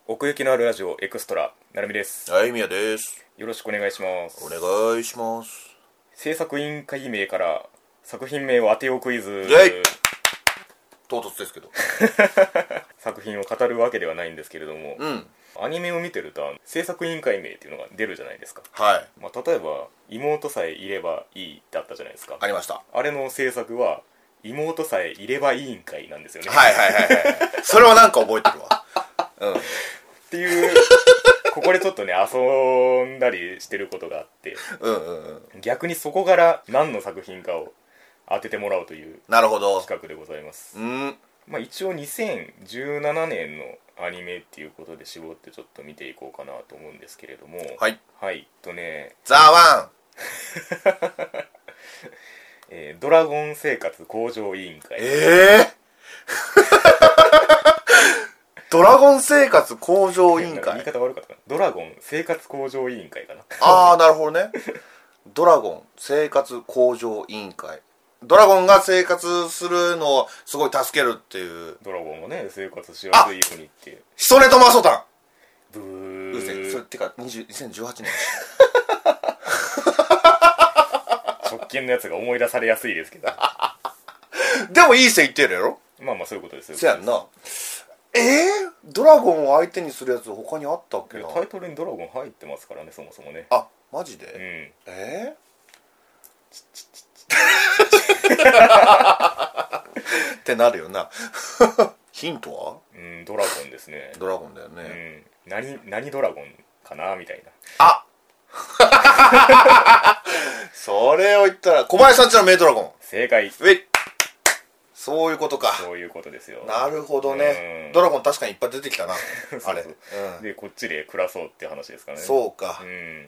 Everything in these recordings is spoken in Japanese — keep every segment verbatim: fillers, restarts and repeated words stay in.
奥行きのあるラジオエクストラなるみです。 はい、宮です。 よろしくお願いします。 お願いします。 制作委員会名から作品名を当てようクイズ。 イェイ唐突ですけど作品を語るわけではないんですけれども、 うん、 アニメを見てると制作委員会名っていうのが出るじゃないですか。 はい、 まあ、例えば妹さえいればいいだったじゃないですか。 ありました。 あれの制作は妹さえいれば委員会なんですよね。 はいはいはいはいそれはなんか覚えてるわうんっていうここでちょっとね遊んだりしてることがあって、 うんうんうん逆にそこから何の作品かを当ててもらおうというなるほど企画でございます。 うん、 まあ、一応にせんじゅうななねんのアニメっていうことで絞ってちょっと見ていこうかなと思うんですけれども、 はいはいとねザワンえー、ドラゴン生活向上委員会。 ええードラゴン生活向上委員会。 言い方悪かったかな。ドラゴン生活向上委員会かな。 ああなるほどね。ドラゴン生活向上委員会。ドラゴンが生活するのをすごい助けるっていう。 ドラゴンがね生活しやすいようにっていう。 ヒソネとマソタン。 ブうるせえ。それってかにせんじゅうはちねん直近のやつが思い出されやすいですけどでもいい線いってるやろ。 まあまあそういうことですよ。 そやんな。えー、ドラゴンを相手にするやつ他にあったっけな。 タイトルにドラゴン入ってますからね、そもそもね。 あ、マジで、 うん、 えー、ってなるよなヒントは、 うん、ドラゴンですね。 ドラゴンだよね、 うん、何何ドラゴンかなみたいな。 あそれを言ったら小林さんちのメイドラゴン。 正解。 ウェイ。そういうことか。 そういうことですよ。 なるほどね、うん、ドラゴン確かにいっぱい出てきたなそうそうあれ、うん、 でこっちで暮らそうって話ですかね。 そうか、うん、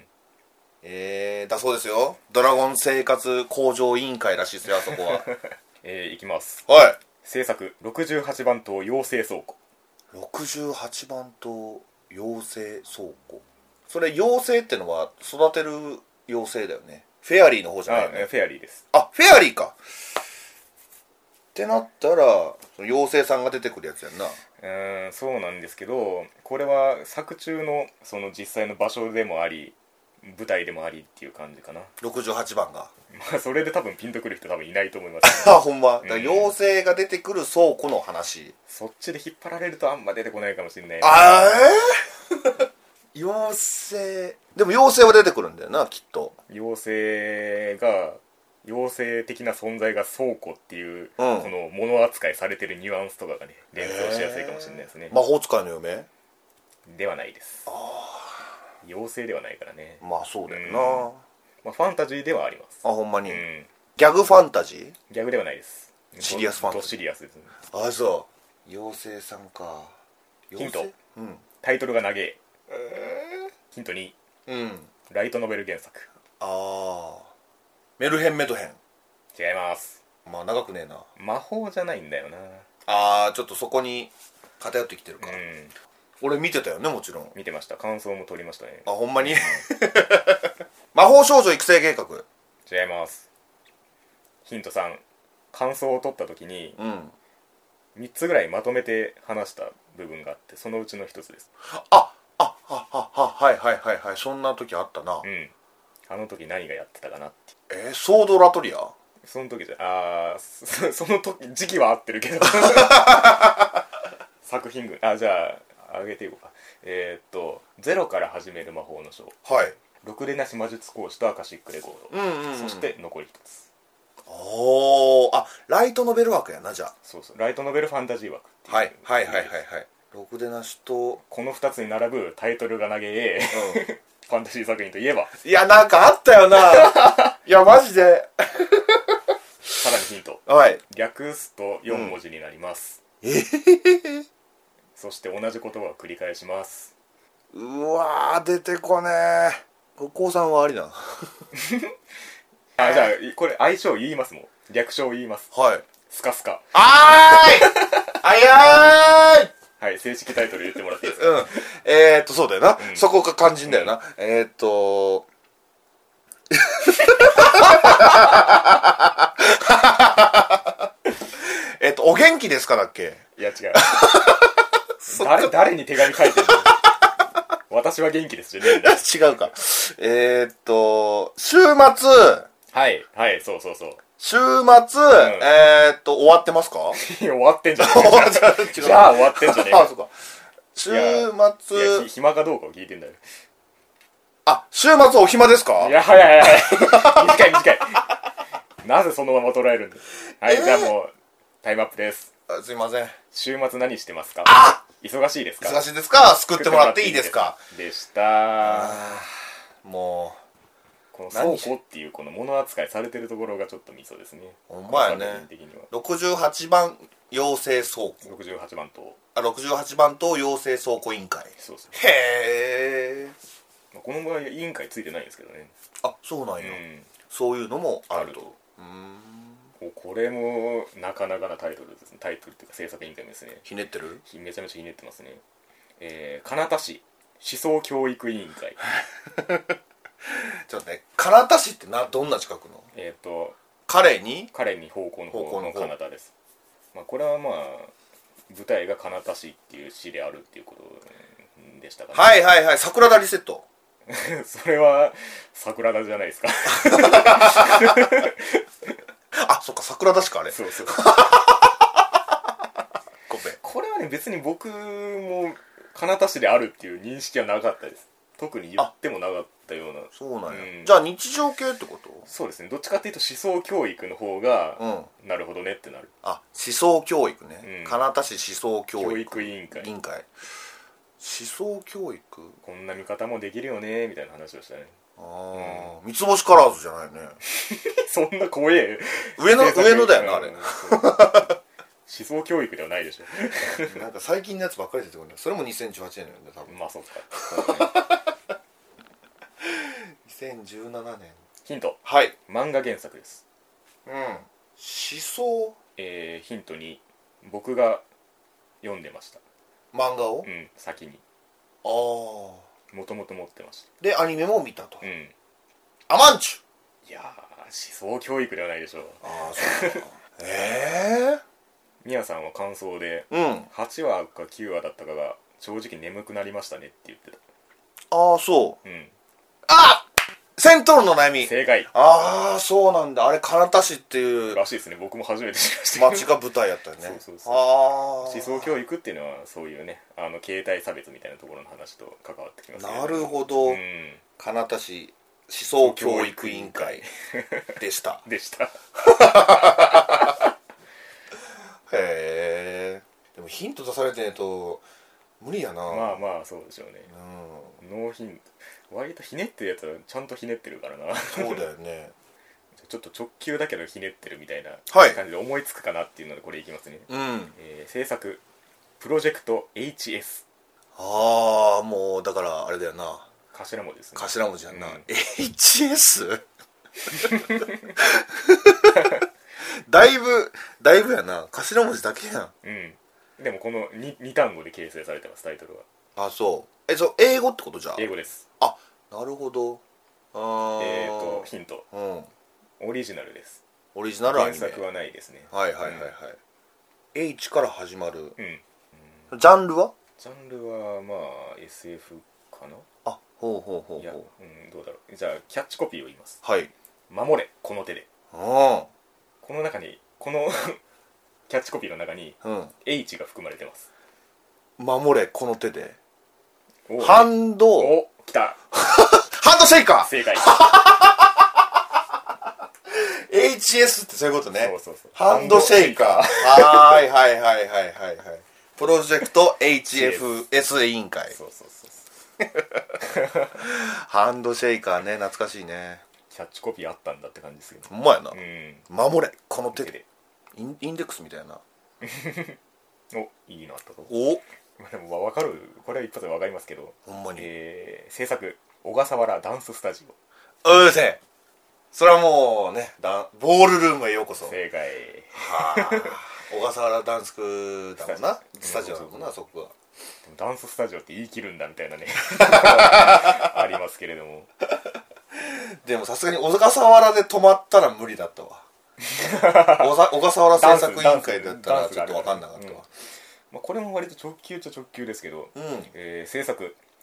えー、だそうですよ。ドラゴン生活向上委員会らしいですよ、あそこはえー、いきます。 はい。 制作ろくじゅうはちばん棟養成倉庫。 ろくじゅうはちばん棟養成倉庫。それ養成ってのは育てる養成だよね。フェアリーの方じゃないよね。 あ、フェアリーです。 あ、フェアリーかってなったら妖精さんが出てくるやつやんな。 うーん、そうなんですけど、これは作中のその実際の場所でもあり舞台でもありっていう感じかな。 ろくじゅうはちばんがまあそれで多分ピンとくる人多分いないと思います、 ね、あ、ほんま、 うん、 だから妖精が出てくる倉庫の話。 そっちで引っ張られるとあんま出てこないかもしれない。 あえー、妖精でも妖精は出てくるんだよな、きっと。 妖精が妖精的な存在が倉庫っていう、うん、この物扱いされてるニュアンスとかがね連想しやすいかもしれないですね。 魔法使いの嫁ではないです。あ、妖精ではないからね。 まあそうだよな、うん、 まあ、ファンタジーではあります。 あ、ほんまに、 うん、 ギャグファンタジー。 ギャグではないです。 シリアスファンタジー。 ドシリアスですね。 あ、そう妖精さんか。 ヒント、 うん、タイトルが長え。 えー、 ヒントに、 うん、 ライトノベル原作。 ああ、メルヘンメドヘン。 違います。 まあ長くねえな。 魔法じゃないんだよな。 ああ、ちょっとそこに偏ってきてるか、 うん、 俺見てたよね、もちろん。 見てました。感想も取りましたね。 あ、ほんまに、うん、魔法少女育成計画。 違います。ヒントさん、感想を取った時に、うん、みっつぐらいまとめて話した部分があって、そのうちのひとつです。 ああ、ははははいはいはいはい、そんな時あったな。 うん、あの時何がやってたかなって。 えー、ソードラトリア。 その時じゃあー そ, その時時期は合ってるけど作品群、あ、じゃあ上げていこうか。えー、っとゼロから始める魔法の書、 はい、 ろくでなし魔術講師とアカシックレコード、うんうんうん、そして残りひとつ。 おー、あ、ライトノベル枠やな。じゃあそうそう、ライトノベルファンタジー枠っていう、 はい、はいはいはいはいろくでなしとこのふたつに並ぶタイトルが長え、うん、ファンタジー作品といえば。 いや、なんかあったよないやマジでさらにヒント、 はい、 略すとよんもじになります、 うん、えー、 そして同じ言葉を繰り返します。 うわー、出てこねー。これ高さんはありなあ、じゃあこれ相性言いますもん。略称言います。 はい、 スカスカ。 あーいあやーい。 はい、正式タイトル言ってもらっていいですか。 うん、えーっとそうだよな、うん、そこが肝心だよな、うん、えーっとえっとお元気ですかだっけ。 いや違う誰, 誰に手紙書いてるの私は元気ですじゃねえんだよ。 違うか。えー、っと週末、 はいはいそうそうそう週末、うん、えー、っと終わってますか？ 終わってんじゃねえかじゃあ終わってんじゃねえか。 あ、そうか。週末、いや暇かどうかを聞いてんだよ。 あ、週末お暇ですか？ いや早い早い短い短いなぜそのまま捉えるんだ。はい、えー、じゃあもうタイムアップです。 あ、すいません。 週末何してますか？ あ、 忙しいですか？ 忙しいですか？救ってもらっていいですか？ でした。 もうこの倉庫っていうこの物扱いされてるところがちょっとミソですね。 ほんまやね。ろくじゅうはちばん養成倉庫、 ろくじゅうはちばん棟、 あ、ろくじゅうはちばん棟養成倉庫委員会。 そうそう。 へえ。 この場合委員会ついてないんですけどね。 あ、そうなんや、うん、そういうのもあると。うーん、 これもなかなかなタイトルですね。タイトルっていうか制作委員会ですね。 ひねってる？ めちゃめちゃひねってますね。えー、金田市思想教育委員会ちょっとね、金田市ってな、どんな近くの？えっ、ー、と彼に彼に方向の方の金田です。まあ、これはまあ舞台が金田市っていう市であるっていうことでしたかね。 はいはいはい、桜田リセットそれは桜田じゃないですかあ、そっか、桜田市かあれ。 そうそうごめん。 これはね別に僕も金田市であるっていう認識はなかったです。特に言ってもなかったような。 そうなんや、うん、じゃあ日常系ってこと？ そうですね、どっちかっていうと思想教育の方が、うん、なるほどねってなる。 あ、思想教育ね、うん、金田市思想教育教育委員会。 委員会、思想教育、 こんな見方もできるよねみたいな話をしたね。 ああ、うん、三つ星カラーズじゃないねそんな怖え上の上のだよな、あれ思想教育ではないでしょなんか最近のやつばっかり出てくるんだよ。それもにせんじゅうはちねんなんだよ多分。 まあそうかにせんじゅうななねん。 ヒント、 はい、 漫画原作です。 うん、思想、 えー、ヒントに僕が読んでました。 漫画を？ うん、先に。 ああ、もともと持ってました。 でアニメも見たと。 うん。 アマンチュ。 いやー、思想教育ではないでしょう。 ああ、そうかええー、 ミヤさんは感想で、 うん、 はちわかきゅうわだったかが正直眠くなりましたねって言ってた。 ああ、そう。 うん。 あ、セントルの悩み。 正解。 ああ、そうなんだ。あれ金田市っていうらしいですね。僕も初めて知りました。 町が舞台やったよね。 そうそうそう。ああ、思想教育っていうのはそういうね、あの形態差別みたいなところの話と関わってきますね。 なるほど、うん、金田市思想教育委員会でしたでしたへえ。でもヒント出されてないと無理やな。 まあまあそうでしょうね、うん、ノーヒント。割とひねってるやつはちゃんとひねってるからな。 そうだよねちょっと直球だけどひねってるみたいな感じで思いつくかなっていうのでこれいきますね、 うん、 えー、制作プロジェクト エイチエス。 ああ、もうだからあれだよな、 頭文字ですね。 頭文字やんな、うん、エイチエス だいぶだいぶやな、頭文字だけやん。 うん。でもこの 2, 2単語で形成されてます、タイトルは。 あ、そう。え、そう、英語ってことじゃん。 英語です。 あ、なるほど。あえーとヒント、 うん、 オリジナルです。 オリジナルアニメ。 原作はないですね。 はいはいはいはい、うん、H から始まる、 うんうん、ジャンルはジャンルはまあ エスエフ かな。 あ、ほうほうほうほう。 いや、うん、どうだろう。じゃあキャッチコピーを言います。 はい。 守れこの手で。 あ、 この中にこのキャッチコピーの中に、 うん、 H が含まれてます。 守れこの手で。ハンド、 お、来たハンドシェイカー。 正解エイチエス ってそういうことね。 そうそうそう、 ハンドシェイカー。はいはいはいはいはいはい。プロジェクト エイチエフエス 委員会。 そうそうそうそうハンドシェイカーね、懐かしいね。 キャッチコピーあったんだって感じですけど。 ほんまやな、 うん、 守れこの手で。イ ン, インデックスみたいなお、いいのあったぞ。 お、 でも分かる、これは一発で分かりますけど、 ほんまに、 えー、制作小笠原ダンススタジオ。うーせん、それはもうね、ダンボールルームへようこそ。 正解。 はあ小笠原ダンスクだもんな、スタジオだもんな、そこは。 でもダンススタジオって言い切るんだみたいなねありますけれども、 でもさすがに小笠原で止まったら無理だったわ小笠原制作委員会だったらちょっと分かんなかったわ。 まあ、これも割と直球っちゃ直球ですけど、 うん、 えー、制作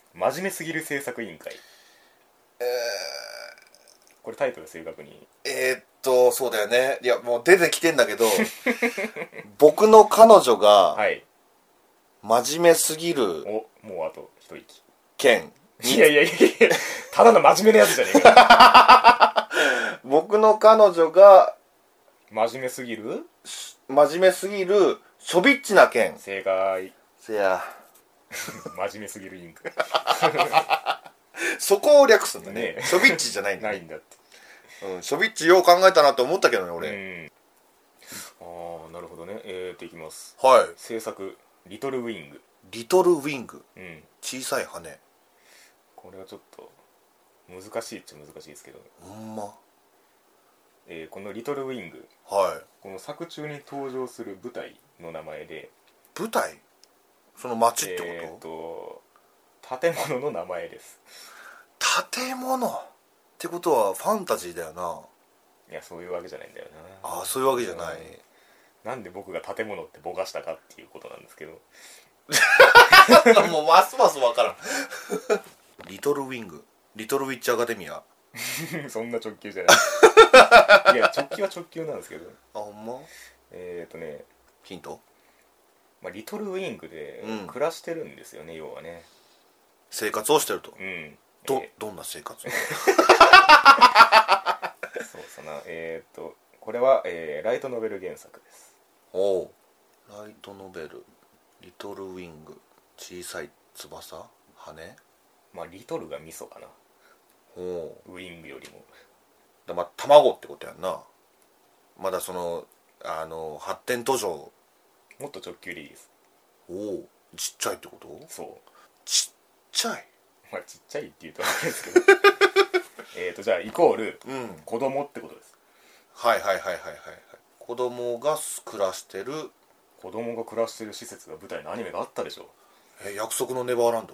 真面目すぎる制作委員会。 えこれタイトル正確にー、えー、っとそうだよね。いやもう出てきてんだけど僕の彼女がはい真面目すぎるおもうあと一息件いやいやいやいやただの真面目なやつじゃねえか僕の彼女が真面目すぎる真面目すぎるしょびっちな件。 正解せや真面目すぎるインクそこを略すんだね。 ねしょびっちじゃないんだ、ね、 ないんだってうん、しょびっちよう考えたなって思ったけどね俺、 うん、ああなるほどね。えーといきます。 はい。 制作リトルウィング。 リトルウィング、 うん、 小さい羽。 これはちょっと難しいっちゃ難しいですけど、 ほんま。 えーこのリトルウィング、 はい。 この作中に登場する舞台の名前で、 舞台、その町ってこと、 えーと建物の名前です。 建物ってことはファンタジーだよな。 いやそういうわけじゃないんだよな。 ああそういうわけじゃない、 うんなんで僕が建物ってぼかしたかっていうことなんですけどもうますます分からんリトルウィング、リトルウィッチアカデミア。 そんな直球じゃないいや直球は直球なんですけど、 あほんま。 えっ、ー、とねヒント。 まあ、リトルウィングでうん暮らしてるんですよね、要はね。 生活をしてると、 うんど、 えどんな生活ーそうそうなえっ、ー、とこれは、えーライトノベル原作です。 おう。ライトノベル、リトルウィング、小さい翼、羽。 まあリトルがミソかな、 おう。 ウィングよりも。 だまあ卵ってことやんな。まだそのあの発展途上。 もっと直球でいいです。 おお、ちっちゃいってこと。 そうちっちゃい。 まあちっちゃいって言うとあれですけどえっとじゃあイコールうん子供ってことです。 はいはいはいはいはいはい。子供が暮らしてる。 子供が暮らしてる施設が舞台のアニメがあったでしょ。 え約束のネバーランド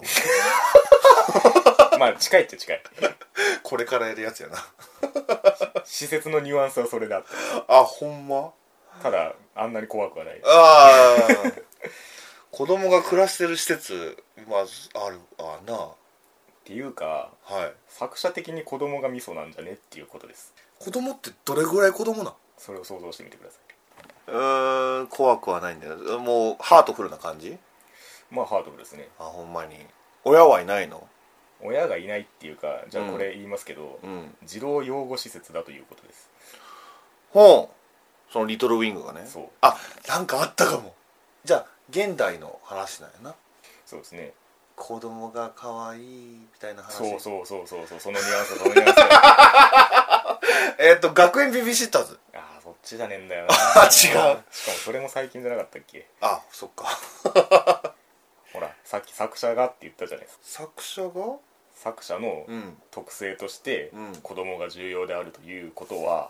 まあ近いっちゃ近いこれからやるやつやな施設のニュアンスはそれだって。 あほんま。 ただあんなに怖くはない。 ああ子供が暮らしてる施設、まあ、あるあな。 っていうかはい。 作者的に子供がミソなんじゃねっていうことです。 子供ってどれぐらい子供なん。 それを想像してみてください。 うーん怖くはないんだよ。もうハートフルな感じ。 まあハートフルですね。 あほんまに。親はいないの。 親がいないっていうか、じゃあこれ言いますけど、 うん。 児童養護施設だということです。 ほう。そのリトルウィングがね。 そうあなんかあったかも。じゃあ現代の話なんやな。 そうですね。 子供が可愛いみたいな話。 そうそうそうそうそうそのニュアンスそのニュアンスえっと学園ビビシッターズ。 ああそっちじゃねえんだよなあ違う。 しかもそれも最近じゃなかったっけ。 あそっかほらさっき作者がって言ったじゃないですか。 作者が作者のうん特性としてうん子供が重要であるということは、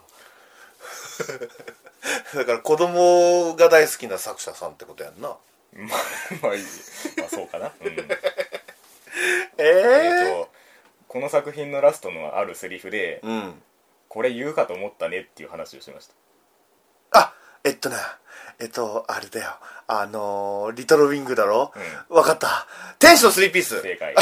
だから子供が大好きな作者さんってことやんな。 まあまあいい、まあそうかな、うん、 ええーとこの作品のラストのあるセリフで、 うんこれ言うかと思ったねっていう話をしました。 あえっとねえっとあれだよあのー、リトルウィングだろ、 うわかった。天使のスリーピース。 正解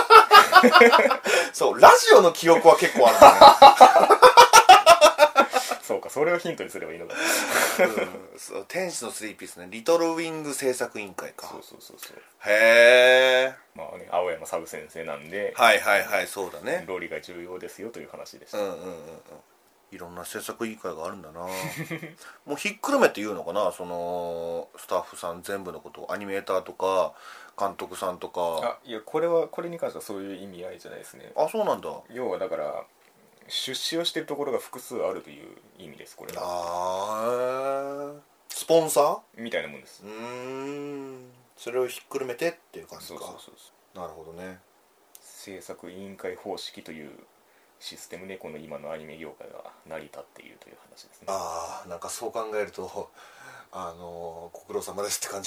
そうラジオの記憶は結構あるんだねそうか、それをヒントにすればいいのかうん、そう天使のスリーピースね。リトルウィング制作委員会か。 そうそうそうそう。 へえ。 まあね、青山サブ先生なんで、 はいはいはいそうだね。 ロリが重要ですよという話でした。 うんうんうんうん。いろんな制作委員会があるんだなもうひっくるめて言うのかな、そのスタッフさん全部のことを。アニメーターとか監督さんとか。 あいやこれはこれに関してはそういう意味合いじゃないですね。 あそうなんだ。 要はだから出資をしているところが複数あるという意味です。これはあースポンサみたいなもんです。 ーうーんそれをひっくるめてっていう感じか。 そうそうそうそう。 なるほどね。 制作委員会方式というシステムでこの今のアニメ業界が成り立っているという話ですね。 ああなんかそう考えるとあのー、ご苦労様ですって感じ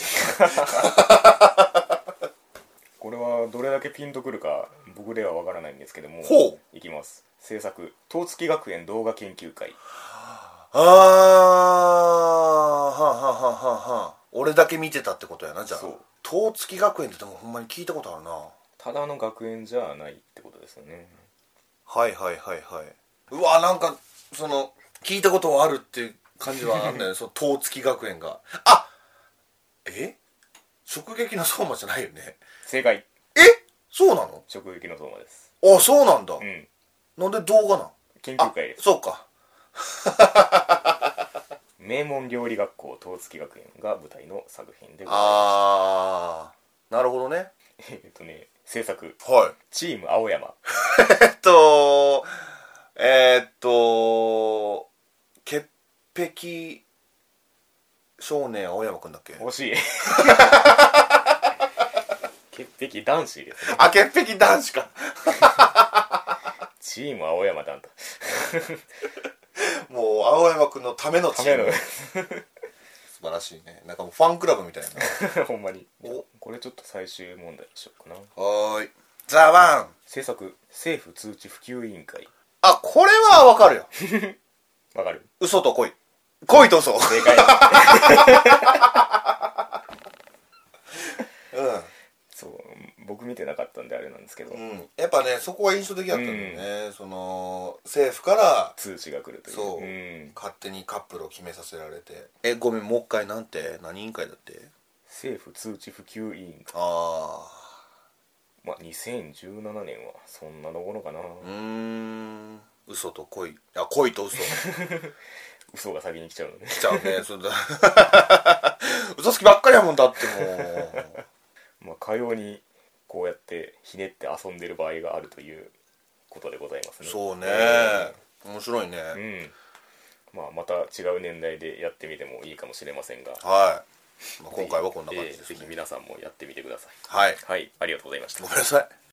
これはどれだけピンとくるか僕ではわからないんですけども、 ほういきます。制作東月学園動画研究会。 あーはあはあはあはあ俺だけ見てたってことやな。じゃあそう東月学園ってでもほんまに聞いたことあるな。 ただの学園じゃないってことですよね。 はいはいはいはい。うわなんかその聞いたことはあるっていう感じはあんだよねその東月学園が。あえ直撃の相馬じゃないよね。 正解。 えそうなの？ 直撃の相馬です。 あそうなんだ、うん、なんで動画なん？ 研究会です。 そうか名門料理学校東月学園が舞台の作品でございます。 あーなるほどね。 えっとね制作、 はい、 チーム青山えっとえー、っと潔癖少年青山くんだっけ？ 惜しい潔癖男子ですね。 あ潔癖男子かチーム青山だんだもう青山くんのためのチーム素晴らしいね。なんかもうファンクラブみたいなほんまに。これちょっと最終問題にしようかな。 はーい。ザ・ワン制作政府通知普及委員会。 あこれはわかるよわかる。 嘘と恋恋と嘘正解うんそう僕見てなかったんであれなんですけど、 うん、やっぱねそこは印象的だったんだよね、うん、その政府から通知が来るという。 そう、うん、勝手にカップルを決めさせられて。えごめんもう一回なんて何委員会だって？ 政府通知普及委員会。 ああまあにせんじゅうななねんはそんなのものかな。 うーん嘘と恋あ恋と嘘嘘が先に来ちゃうのね。 来ちゃうねそうだ嘘つきばっかりやもんだってもうまあかようにこうやってひねって遊んでる場合があるということでございますね。 そうね、うん、面白いね。 うんまあまた違う年代でやってみてもいいかもしれませんが、 はい、まあ、今回はこんな感じですね。 ぜひ皆さんもやってみてください。 はい、 はい、ありがとうございました。 ごめんなさい。